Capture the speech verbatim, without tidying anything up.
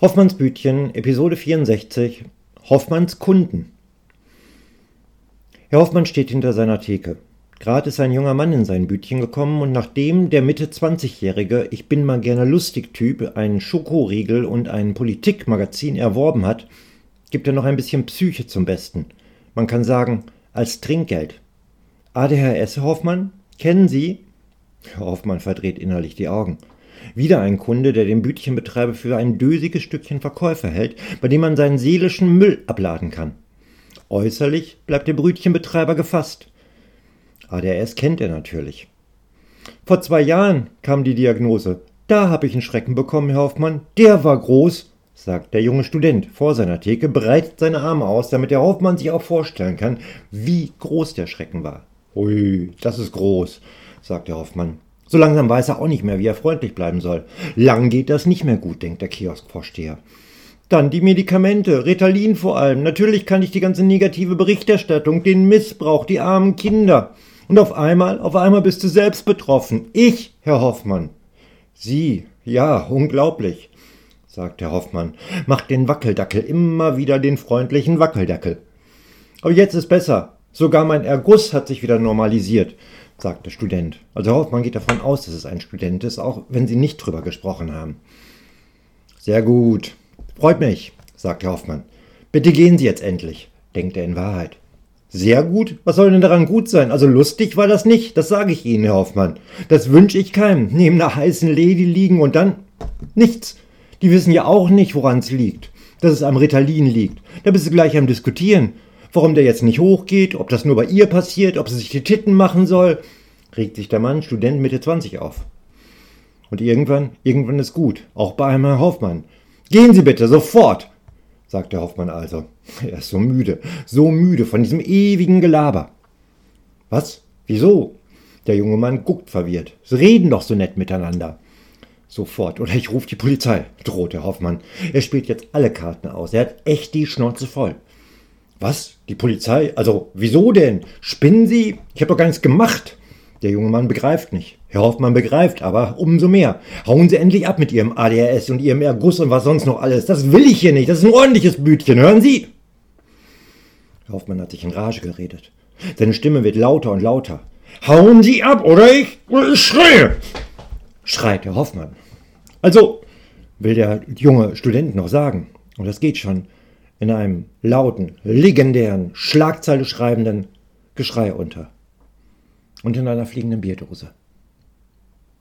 Hoffmanns Bütchen, Episode vierundsechzig, Hoffmanns Kunden. Herr Hoffmann steht hinter seiner Theke. Gerade ist ein junger Mann in sein Bütchen gekommen und nachdem der Mitte zwanzigjährige Ich bin mal gerne lustig Typ einen Schokoriegel und ein Politikmagazin erworben hat, gibt er noch ein bisschen Psyche zum Besten. Man kann sagen, als Trinkgeld. A D H S, Herr Hoffmann? Kennen Sie? Herr Hoffmann verdreht innerlich die Augen. Wieder ein Kunde, der den Bütchenbetreiber für ein dösiges Stückchen Verkäufer hält, bei dem man seinen seelischen Müll abladen kann. Äußerlich bleibt der Brötchenbetreiber gefasst. A D H S kennt er natürlich. Vor zwei Jahren kam die Diagnose. Da habe ich einen Schrecken bekommen, Herr Hoffmann. Der war groß, sagt der junge Student vor seiner Theke, breitet seine Arme aus, damit der Hoffmann sich auch vorstellen kann, wie groß der Schrecken war. Ui, das ist groß, sagt der Hoffmann. So langsam weiß er auch nicht mehr, wie er freundlich bleiben soll. Lang geht das nicht mehr gut, denkt der Kioskvorsteher. Dann die Medikamente, Ritalin vor allem. Natürlich kann ich die ganze negative Berichterstattung, den Missbrauch, die armen Kinder. Und auf einmal, auf einmal bist du selbst betroffen. Ich, Herr Hoffmann. Sie, ja, unglaublich, sagt Herr Hoffmann, macht den Wackeldackel, immer wieder den freundlichen Wackeldackel. Aber jetzt ist besser. Sogar mein Erguss hat sich wieder normalisiert, sagt der Student. Also Herr Hoffmann geht davon aus, dass es ein Student ist, auch wenn Sie nicht drüber gesprochen haben. Sehr gut. Freut mich, sagt Herr Hoffmann. Bitte gehen Sie jetzt endlich, denkt er in Wahrheit. Sehr gut? Was soll denn daran gut sein? Also lustig war das nicht, das sage ich Ihnen, Herr Hoffmann. Das wünsche ich keinem. Neben einer heißen Lady liegen und dann nichts. Die wissen ja auch nicht, woran es liegt. Dass es am Ritalin liegt. Da bist du gleich am Diskutieren. Warum der jetzt nicht hochgeht, ob das nur bei ihr passiert, ob sie sich die Titten machen soll, regt sich der Mann, Student Mitte zwanzig, auf. Und irgendwann, irgendwann ist gut, auch bei einem Herrn Hoffmann. Gehen Sie bitte, sofort, sagt der Hoffmann also. Er ist so müde, so müde von diesem ewigen Gelaber. Was? Wieso? Der junge Mann guckt verwirrt. Sie reden doch so nett miteinander. Sofort, oder ich rufe die Polizei, droht der Hoffmann. Er spielt jetzt alle Karten aus, er hat echt die Schnauze voll. Was? Die Polizei? Also, wieso denn? Spinnen Sie? Ich habe doch gar nichts gemacht. Der junge Mann begreift nicht. Herr Hoffmann begreift aber umso mehr. Hauen Sie endlich ab mit Ihrem A D H S und Ihrem Erguss und was sonst noch alles. Das will ich hier nicht. Das ist ein ordentliches Bütchen. Hören Sie? Herr Hoffmann hat sich in Rage geredet. Seine Stimme wird lauter und lauter. Hauen Sie ab, oder ich, oder ich schreie! Schreit Herr Hoffmann. Also, will der junge Student noch sagen. Und das geht schon in einem lauten, legendären, Schlagzeile schreibenden Geschrei unter. Und in einer fliegenden Bierdose.